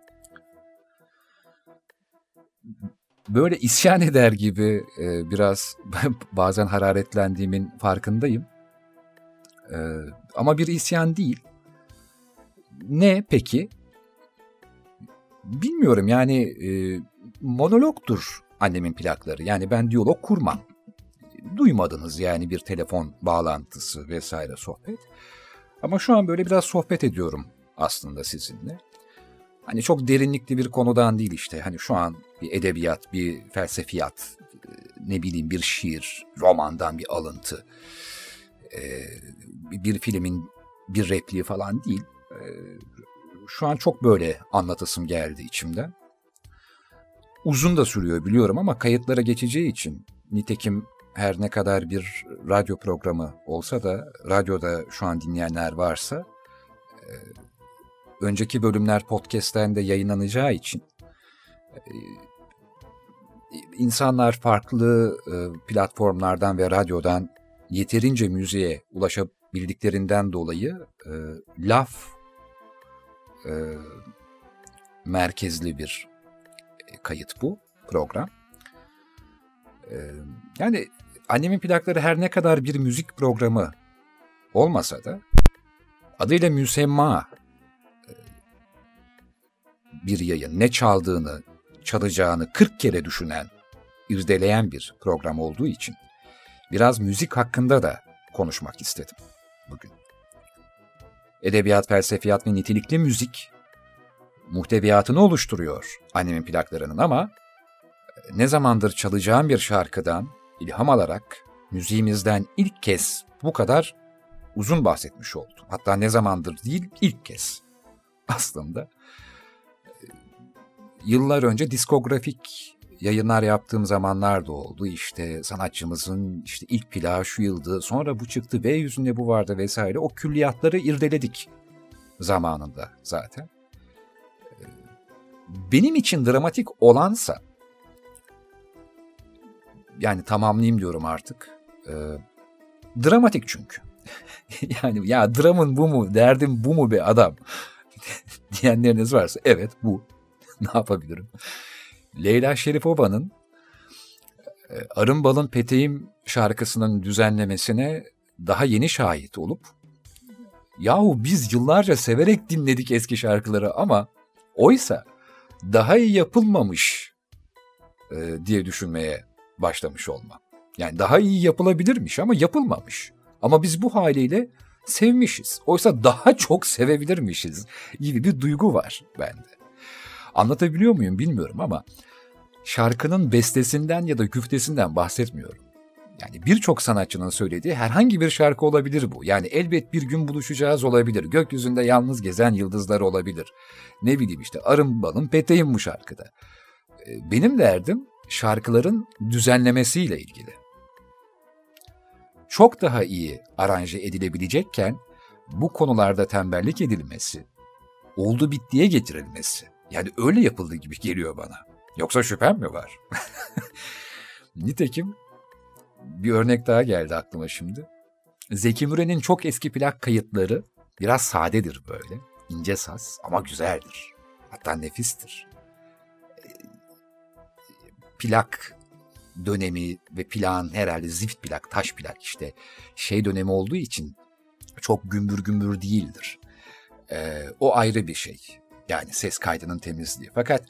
Böyle isyan eder gibi biraz bazen hararetlendiğimin farkındayım. Ama bir isyan değil. Ne peki? Bilmiyorum yani, monologdur annemin plakları. Yani ben diyalog kurmam. Duymadınız yani bir telefon bağlantısı vesaire sohbet. Ama şu an böyle biraz sohbet ediyorum aslında sizinle. Hani çok derinlikli bir konudan değil işte. Hani şu an bir edebiyat, bir felsefiyat, ne bileyim bir şiir, romandan bir alıntı, bir filmin bir repliği falan değil. Şu an çok böyle anlatasım geldi içimden. Uzun da sürüyor biliyorum ama kayıtlara geçeceği için, nitekim her ne kadar bir radyo programı olsa da, radyoda şu an dinleyenler varsa, önceki bölümler podcast'ten de yayınlanacağı için insanlar farklı platformlardan ve radyodan yeterince müziğe ulaşabildiklerinden dolayı laf merkezli bir kayıt bu program. Yani annemin plakları her ne kadar bir müzik programı olmasa da adıyla müsemma bir yayın, ne çaldığını, çalacağını 40 kere düşünen, irdeleyen bir program olduğu için biraz müzik hakkında da konuşmak istedim bugün. Edebiyat, felsefiyat ve nitelikli müzik muhteviyatını oluşturuyor annemin plaklarının ama ne zamandır çalacağım bir şarkıdan ilham alarak müziğimizden ilk kez bu kadar uzun bahsetmiş oldum. Hatta ne zamandır değil, ilk kez aslında. Yıllar önce diskografik yayınlar yaptığım zamanlar da oldu. İşte sanatçımızın işte ilk plağı şu yıldı, sonra bu çıktı, V yüzünde bu vardı vesaire. O külliyatları irdeledik zamanında zaten. Benim için dramatik olansa, yani tamamlayayım diyorum artık. Dramatik çünkü. Yani ya dramın bu mu, derdim bu mu be adam diyenleriniz varsa evet bu. Ne yapabilirim? Leyla Şerifova'nın Arın Balın Peteğim şarkısının düzenlemesine daha yeni şahit olup, yahu biz yıllarca severek dinledik eski şarkıları ama oysa daha iyi yapılmamış diye düşünmeye başlamış olmam. Yani daha iyi yapılabilirmiş ama yapılmamış. Ama biz bu haliyle Sevmişiz. Oysa daha çok sevebilirmişiz gibi bir duygu var bende. Anlatabiliyor muyum bilmiyorum ama şarkının bestesinden ya da güftesinden bahsetmiyorum. Yani birçok sanatçının söylediği herhangi bir şarkı olabilir bu. Yani elbet bir gün buluşacağız olabilir. Gökyüzünde yalnız gezen yıldızlar olabilir. Ne bileyim işte arım balım peteğim bu şarkıda. Benim derdim şarkıların düzenlemesiyle ilgili. Çok daha iyi aranje edilebilecekken bu konularda tembellik edilmesi, oldu bittiye getirilmesi. Yani öyle yapıldığı gibi geliyor bana. Yoksa şüphem mi var? Nitekim bir örnek daha geldi aklıma şimdi. Zeki Müren'in çok eski plak kayıtları biraz sadedir böyle. İnce saz ama güzeldir. Hatta nefistir. Plak dönemi ve plağın herhalde zift plak, taş plak işte şey dönemi olduğu için çok gümbür gümbür değildir. O ayrı bir şey. Yani ses kaydının temizliği. Fakat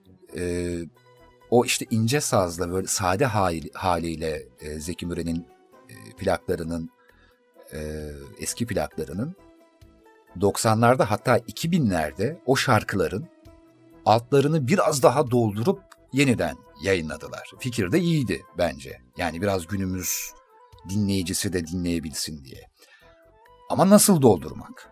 o işte ince sazla böyle sade haliyle Zeki Müren'in plaklarının eski plaklarının 90'larda hatta 2000'lerde o şarkıların altlarını biraz daha doldurup yeniden yayınladılar. Fikir de iyiydi bence. Yani biraz günümüz dinleyicisi de dinleyebilsin diye. Ama nasıl doldurmak?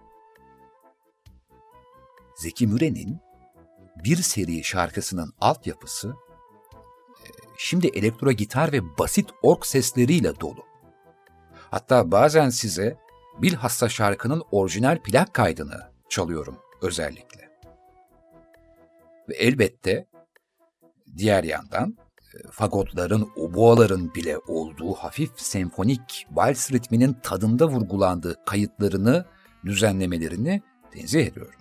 Zeki Müren'in bir seri şarkısının altyapısı şimdi elektro gitar ve basit org sesleriyle dolu. Hatta bazen size bilhassa şarkının orijinal plak kaydını çalıyorum özellikle. Ve elbette diğer yandan fagotların, oboaların bile olduğu hafif senfonik vals ritminin tadında vurgulandığı kayıtlarını, düzenlemelerini tenzih ediyorum.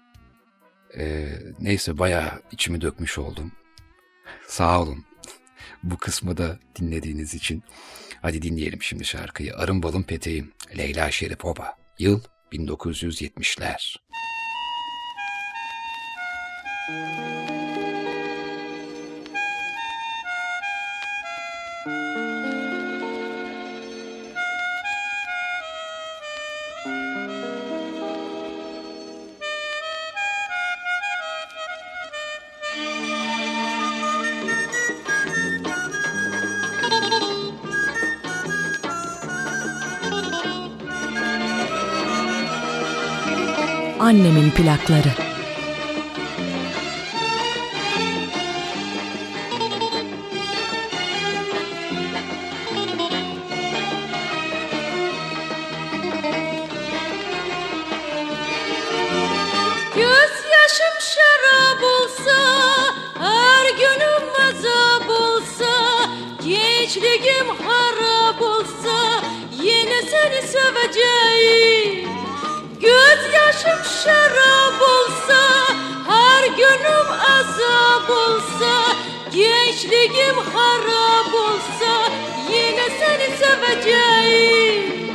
Neyse bayağı içimi dökmüş oldum. Sağ olun bu kısmı da dinlediğiniz için. Hadi dinleyelim şimdi şarkıyı. Arım balım peteğim, Leyla Şerifova. Yıl 1970'ler. Annemin plakları. Gözyaşım şarap olsa, her günüm azap olsa, gençliğim harap olsa, yine seni seveceğim. Gözyaşım şarap olsa, her günüm azap olsa, gençliğim harap olsa, yine seni seveceğim.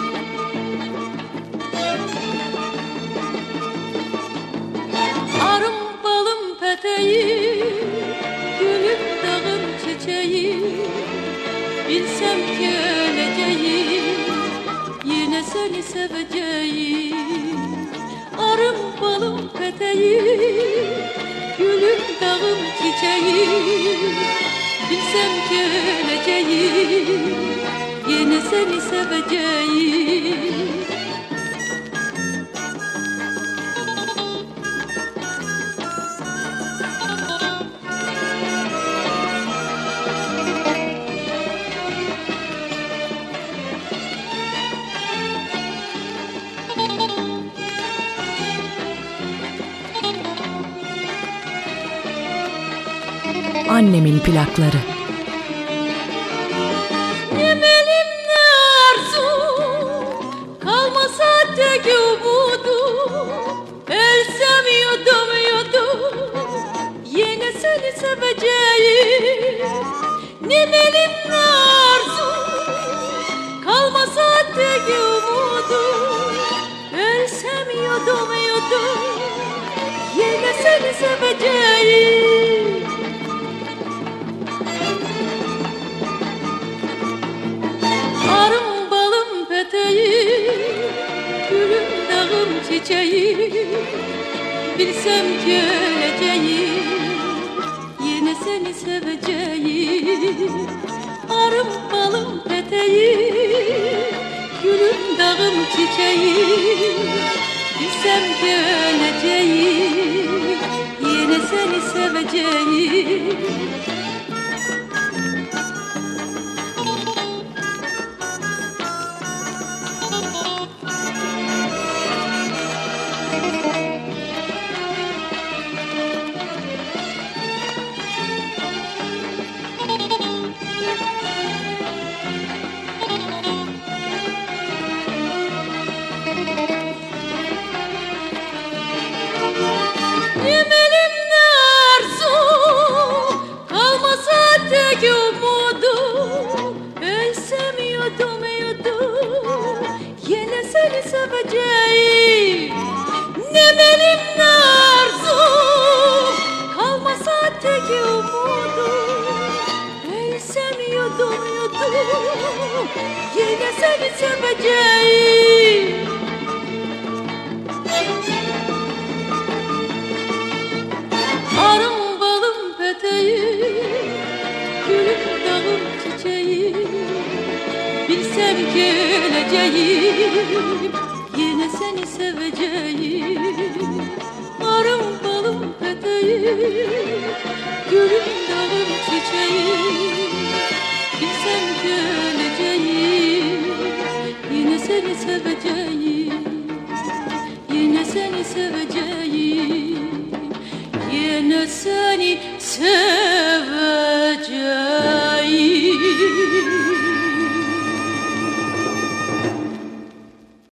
Arım balım peteği, gülüm dağım çiçeği, bilsem ki öleceğim, yine seni seveceğim. Arım balım peteği, gülüm dağım çiçeği, bilsem ki öleceğim, yine seni seveceğim. Annemin plakları. Ne benim ne arzum, kalmasa tek umudum, ölsem yudum yudum, yine seni seveceğim. Ne benim ne arzum, kalmasa tek umudum, ölsem yudum yudum, yine seni seveceğim. Arım balım peteği, çiçeği. Bilsem ki öleceğim, yine seni seveceğim. Arım balım peteğim, gülüm dağım çiçeğim. Bilsem ki öleceğim, yine seni seveceğim. Seveceğim, ne benim ne arzum, kalmasa tek umudum. Ölsem yudum yudum, yine seni seveceğim. Arım balım peteğim, gülüm dağım çiçeğim. Bilsem ki öleceğim, yine seni seveceğim. Arım balım peteğim, gülüm dağım çiçeğim. Bilsem ki öleceğim, yine seni seveceğim. Yine seni seveceğim. Yine seni seveceğim.